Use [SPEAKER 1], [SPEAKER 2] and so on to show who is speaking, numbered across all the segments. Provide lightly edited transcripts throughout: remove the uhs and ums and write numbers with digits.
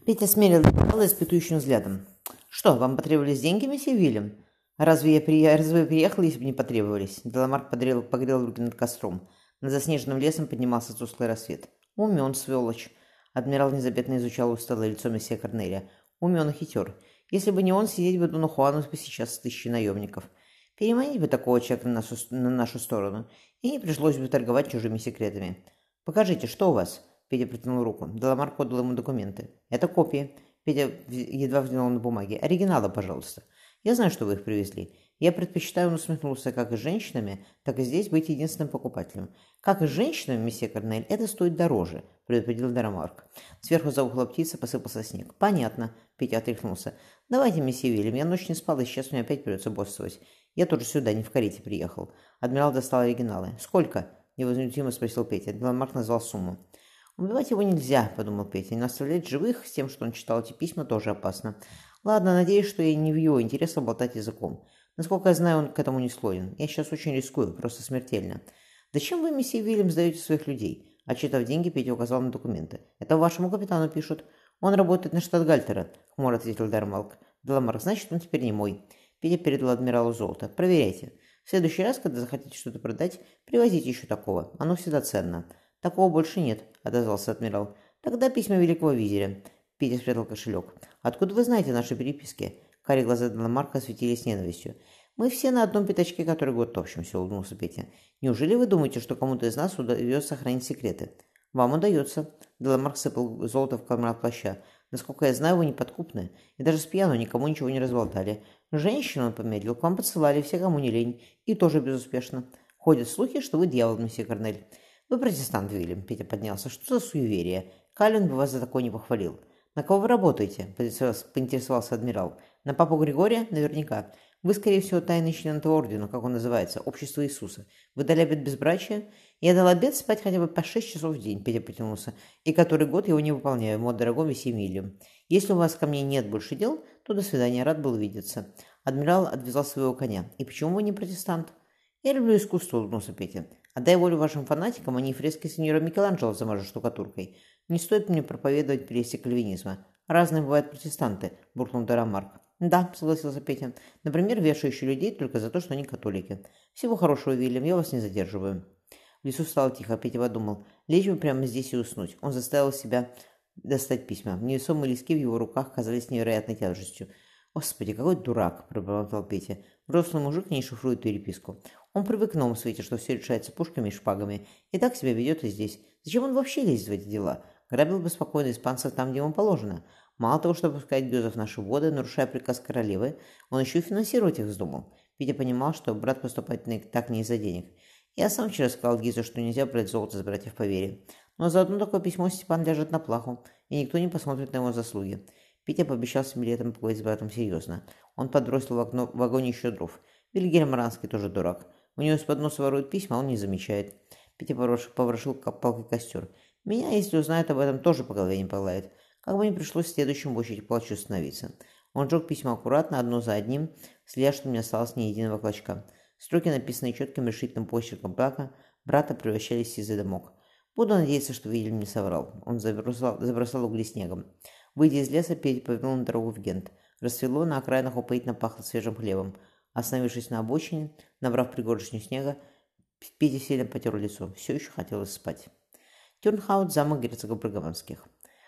[SPEAKER 1] Петя смерил Делла испытующим взглядом. «Что, вам потребовались деньги, месье Вильям? Разве вы приехали, если бы не потребовались?» Деламарк погрел руки над костром. Над заснеженным лесом поднимался тусклый рассвет. «Умен, сволочь!» Адмирал незаметно изучал усталое лицо месье Корнеля. «Умен и хитер. Если бы не он, сидеть бы Дону Хуану сейчас с 1000 наемников. Переманить бы такого человека на нашу сторону, и не пришлось бы торговать чужими секретами. Покажите, что у вас?» Петя протянул руку. Деламарк подал ему документы. «Это копии». Петя едва взглянул на бумаги. «Оригиналы, пожалуйста. Я знаю, что вы их привезли. Я предпочитаю, он усмехнулся, как и с женщинами, так и здесь быть единственным покупателем. Как и с женщинами, месье Корнель, это стоит дороже», — предупредил Деламарк. Сверху заухала птица, посыпался снег. «Понятно», — Петя отряхнулся. «Давайте, месье Вильям, я ночь не спал, и сейчас мне опять придется боссовать. Я тоже сюда, не в карете приехал». Адмирал достал оригиналы. «Сколько?» — невозмутимо спросил Петя. Деламарк назвал сумму. «Убивать его нельзя», — подумал Петя, — «но оставлять живых с тем, что он читал эти письма, тоже опасно. Ладно, надеюсь, что я не в его интересах болтать языком. Насколько я знаю, он к этому не склонен. Я сейчас очень рискую, просто смертельно. Зачем вы, месье Вильям, сдаете своих людей?» Отчитав деньги, Петя указал на документы. «Это вашему капитану пишут. Он работает на штатгальтера», — хмуро ответил Деламарк. «Значит, он теперь не мой». Петя передал адмиралу золото. «Проверяйте. В следующий раз, когда захотите что-то продать, привозите еще такого. Оно всегда ценно». «Такого больше нет», — отозвался адмирал. «Тогда письма великого визиря». Петя спрятал кошелек. «Откуда вы знаете наши переписки?» Карие глаза Деламарка светились ненавистью. «Мы все на одном пятачке, который год топчемся», — улыбнулся Петя. «Неужели вы думаете, что кому-то из нас удается сохранить секреты?» «Вам удается». Деламарк сыпал золото в карман плаща. «Насколько я знаю, вы неподкупны. И даже с пьяну никому ничего не разболтали. Женщину, он помедлил, к вам подсылали все, кому не лень. И тоже безуспешно. Ходят слухи, что вы дьявол, месье Корнель». «Вы протестант, Вильям», — Петя поднялся. «Что за суеверие? Каллен бы вас за такое не похвалил». «На кого вы работаете?» — поинтересовался адмирал. «На папу Григория? Наверняка. Вы, скорее всего, тайный член этого ордена, как он называется, Общество Иисуса. Вы дали обет безбрачия?» «Я дал обет спать хотя бы по 6 часов в день», — Петя потянулся. «И который год его не выполняю, мой дорогой месье Вильям. Если у вас ко мне нет больше дел, то до свидания, рад был увидеться». Адмирал отвязал своего коня. «И почему вы не протестант?» «Я люблю искусство», — улыбнулся Петя. «Отдай волю вашим фанатикам, они фрески сеньора Микеланджело замажут штукатуркой. Не стоит мне проповедовать прелести кальвинизма. Разные бывают протестанты», — буркнул Деламарк. «Да», — согласился Петя. «Например, вешающие людей только за то, что они католики. Всего хорошего, Вильям, я вас не задерживаю». В лесу стало тихо, Петя подумал. Лечь бы прямо здесь и уснуть. Он заставил себя достать письма. Невесомые листки в его руках казались невероятной тяжестью. «Господи, какой дурак!» – пробормотал Петя. «Взрослый мужик не шифрует переписку. Он привык к новому свете, что все решается пушками и шпагами, и так себя ведет и здесь. Зачем он вообще лезет в эти дела? Грабил бы спокойно испанцев там, где ему положено. Мало того, что пускать гюзов в наши воды, нарушая приказ королевы, он еще и финансировать их вздумал». Петя понимал, что брат поступает так не из-за денег. «Я сам вчера сказал Гизу, что нельзя брать золото с братьев по вере. Но за одно такое письмо Степан ляжет на плаху, и никто не посмотрит на его заслуги». Петя пообещал себе летом поговорить с братом серьезно. Он подбросил в вагоне еще дров. Вильгельм Ранский тоже дурак. У него из-под носа воруют письма, а он не замечает. Петя поворошил палкой костер. «Меня, если узнают об этом, тоже по голове не погладят. Как бы не пришлось в следующем в очередь плачу становиться». Он сжег письма аккуратно, одно за одним, следя, что не осталось ни единого клочка. Строки, написанные четким решительным почерком брата, превращались в сизый дымок. «Буду надеяться, что Вильям не соврал». Он забросал угли снегом. Выйдя из леса, Петя повернул на дорогу в Гент. Рассвело, на окраинах упоительно пахло свежим хлебом. Остановившись на обочине, набрав пригоршню снега, Петя сильно потер лицо. Все еще хотелось спать. Тюрнхаут, замок герцогов Брагованских.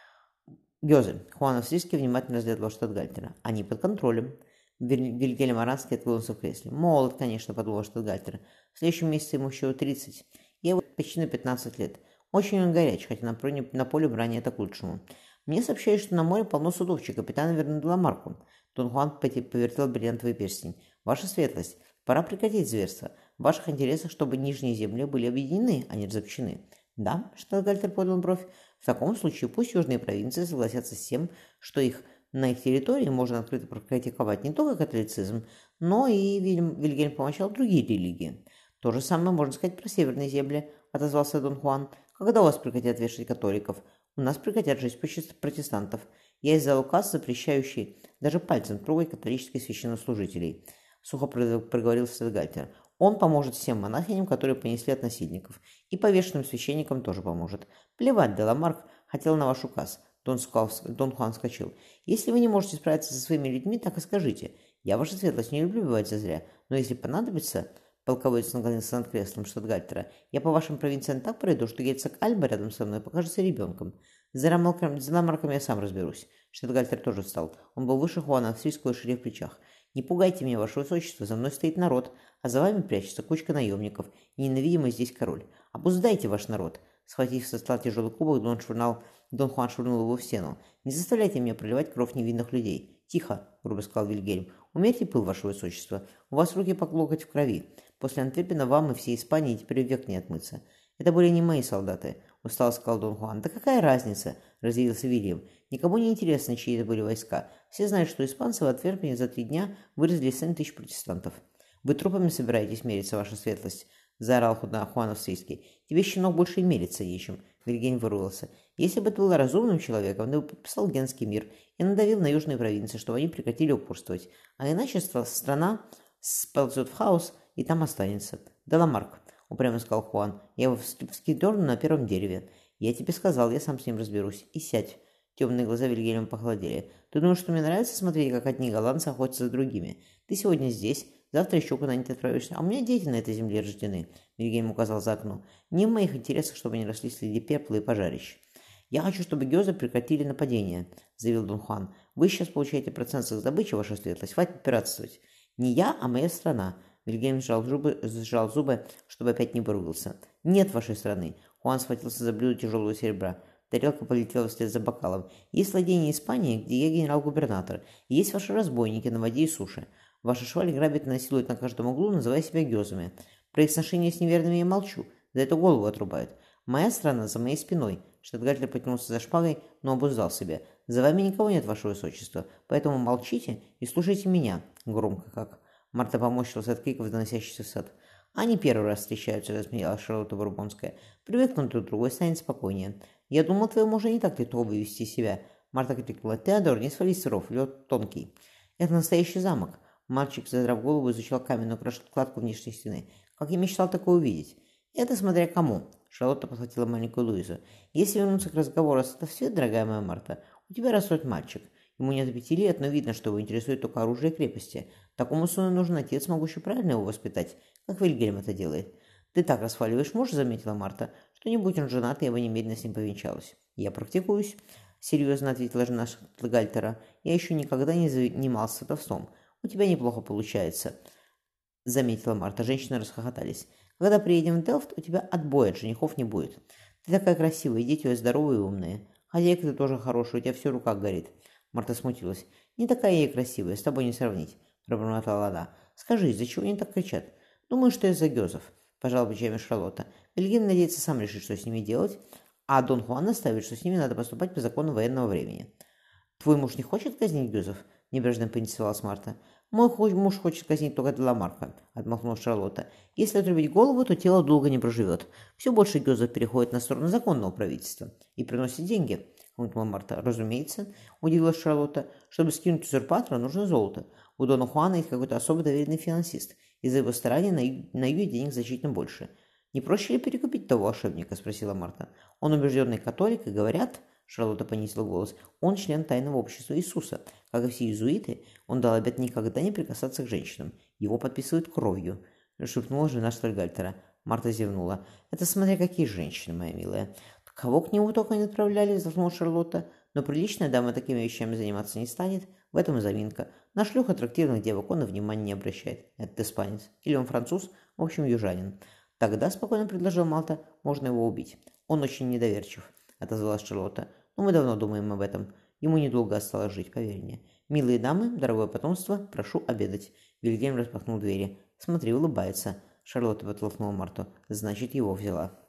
[SPEAKER 1] Гёзе. Хуан Австрийский внимательно разглядывал штатгальтера. «Они под контролем». Вильгельм Аранский откинулся в кресле. «Молод, конечно», — подумал штатгальтер. «В следующем месяце ему всего 30. Я его почти на 15 лет. Очень он горяч, хотя на поле брани это к лучшему. Мне сообщают, что на море полно судов, чьи капитаны верны Деламарку». Дон Хуан повертел бриллиантовый перстень. «Ваша светлость, пора прекратить зверство. В ваших интересах, чтобы нижние земли были объединены, а не разобщены». «Да», — штатгальтер поднял бровь. «В таком случае пусть южные провинции согласятся с тем, что на их территории можно открыто практиковать не только католицизм, но и, Вильгельм помолчал, другие религии». «То же самое можно сказать про северные земли», — отозвался Дон Хуан. «Когда у вас прекратят вешать католиков? У нас прекратят жизнь протестантов. Я издал указ, запрещающий даже пальцем трогать католических священнослужителей», — сухо проговорил штатгальтер. «Он поможет всем монахиням, которые понесли от насильников. И повешенным священникам тоже поможет. Плевать, Деламарк хотел на ваш указ. Дон Хуан вскочил. «Если вы не можете справиться со своими людьми, так и скажите. Я, ваша светлость, не люблю бывать зазря, но если понадобится...» Полководец наклонился над креслом штатгальтера. «Я по вашим провинциям так пройду, что герцог Альба рядом со мной покажется ребенком. С Деламарком я сам разберусь». Штатгальтер тоже встал. Он был выше Хуана Австрийского и шире в плечах. «Не пугайте меня, ваше высочество, за мной стоит народ, а за вами прячется кучка наемников, и ненавидимый здесь король. Обуздайте ваш народ!» Схватив со стола тяжелый кубок, Дон Хуан швырнул его в стену. «Не заставляйте меня проливать кровь невинных людей». «Тихо», — грубо сказал Вильгельм. «Умерьте пыл, ваше высочество. У вас руки по локоть в крови. После Антверпена вам и всей Испании теперь век не отмыться». «Это были не мои солдаты», — устало сказал Дон Хуан. «Да какая разница?» — разъявился Вильям. «Никому не интересно, чьи это были войска. Все знают, что испанцы в Антверпене за 3 дня вырезали 7 тысяч протестантов». «Вы трупами собираетесь мериться, ваша светлость?» — заорал Хуан Австрийский. «Тебе, щенок, больше и мериться нечем». Вильгельм выругался. «Если бы ты был разумным человеком, ты бы подписал Генский мир и надавил на южные провинции, чтобы они прекратили упорствовать. А иначе страна сползет в хаос и там останется». «Деламарк», — упрямо сказал Хуан, — «я его вскидерну на первом дереве. Я тебе сказал, я сам с ним разберусь. И сядь». Темные глаза Вильгельма похолодели. «Ты думаешь, что мне нравится смотреть, как одни голландцы охотятся за другими? Ты сегодня здесь, завтра еще куда-нибудь отправишься. А у меня дети на этой земле рождены», — Вильгельм указал за окно. «Не в моих интересах, чтобы они росли среди пепла и пожарищ». «Я хочу, чтобы гёзы прекратили нападение», — заявил Дон Хуан. «Вы сейчас получаете процент с их добычи, ваша светлость. Хватит пиратствовать». «Не я, а моя страна». Вильгельм сжал зубы, чтобы опять не выругался. «Нет вашей страны». Хуан схватился за блюдо тяжелого серебра. Тарелка полетела вслед за бокалом. «Есть владение Испании, где я генерал-губернатор. Есть ваши разбойники на воде и суше. Ваши швали грабят и насилуют на каждом углу, называя себя гёзами. Про их сношения с неверными я молчу. За это голову отрубают. Моя страна за моей спиной». Штатгальтер потянулся за шпагой, но обуздал себя. «За вами никого нет, ваше высочество, поэтому молчите и слушайте меня». Громко как. Марта поморщилась от криков, доносящихся в сад. «Они первый раз встречаются», — рассмеялась Шарлотта Бурбонская. «Привыкнут друг к другу и станет спокойнее». «Я думал, твоему мужу не так легко вывести себя». Марта крикнула: «Теодор, не свались с ров, лед тонкий». «Это настоящий замок». Мальчик, задрав голову, изучал каменную кладку внешней стены. «Как я мечтал такое увидеть». «Это смотря кому». Шарлотта подхватила маленькую Луизу. «Если вернуться к разговору о свет, дорогая моя Марта, у тебя растет мальчик. Ему нет 5 лет, но видно, что его интересует только оружие и крепости. Такому сыну нужен отец, могущий правильно его воспитать, как Вильгельм это делает». «Ты так расхваливаешь мужа», — заметила Марта, — «что не будь он женат, я бы немедленно с ним повенчалась». «Я практикуюсь», — серьезно ответила жена Штатгальтера. «Я еще никогда не занимался сватовством. У тебя неплохо получается», — заметила Марта. Женщины расхохотались. «Когда приедем в Делфт, у тебя отбоя от женихов не будет. Ты такая красивая, дети твои здоровые и умные. Хозяйка ты тоже хорошая, у тебя все в руках горит». Марта смутилась. «Не такая я и красивая, с тобой не сравнить», — пробормотала она. «Скажи, из-за чего они так кричат?» «Думаю, что из-за гёзов», — пожала плечами Шарлотта. «Вильгельм надеется сам решить, что с ними делать, а Дон Хуан наставит, что с ними надо поступать по закону военного времени». «Твой муж не хочет казнить гёзов?» — небрежно поинтересовалась Марта. «Мой муж хочет казнить только Деламарка», — отмахнула Шарлотта. «Если отрубить голову, то тело долго не проживет. Все больше гёзов переходит на сторону законного правительства и приносит деньги», — хмыкнула Марта. «Разумеется», — удивилась Шарлотта. «Чтобы скинуть узурпатора, нужно золото. У Дона Хуана есть какой-то особо доверенный финансист, и за его старания на юге денег значительно больше». «Не проще ли перекупить того волшебника?» — спросила Марта. «Он убежденный католик, и говорят...» — Шарлотта понизила голос. «Он член тайного общества Иисуса. Как и все иезуиты, он дал обет никогда не прикасаться к женщинам. Его подписывают кровью», — шепнула жена Штальгальтера. Марта зевнула. «Это смотря какие женщины, моя милая». «Кого к нему только не отправляли?» — вздохнула Шарлотта. «Но приличная дама такими вещами заниматься не станет. В этом и заминка. На шлюх аттрактивных девок он и внимания не обращает. Этот испанец. Или он француз, в общем, южанин». «Тогда, — спокойно предложил Малта, — можно его убить. Он очень недоверчив», — отозвалась Шарлотта. «Но мы давно думаем об этом. Ему недолго осталось жить, поверь мне. Милые дамы, дорогое потомство, прошу обедать». Вильгельм распахнул двери. «Смотри, улыбается». Шарлотта подтолкнула Марту. «Значит, его взяла».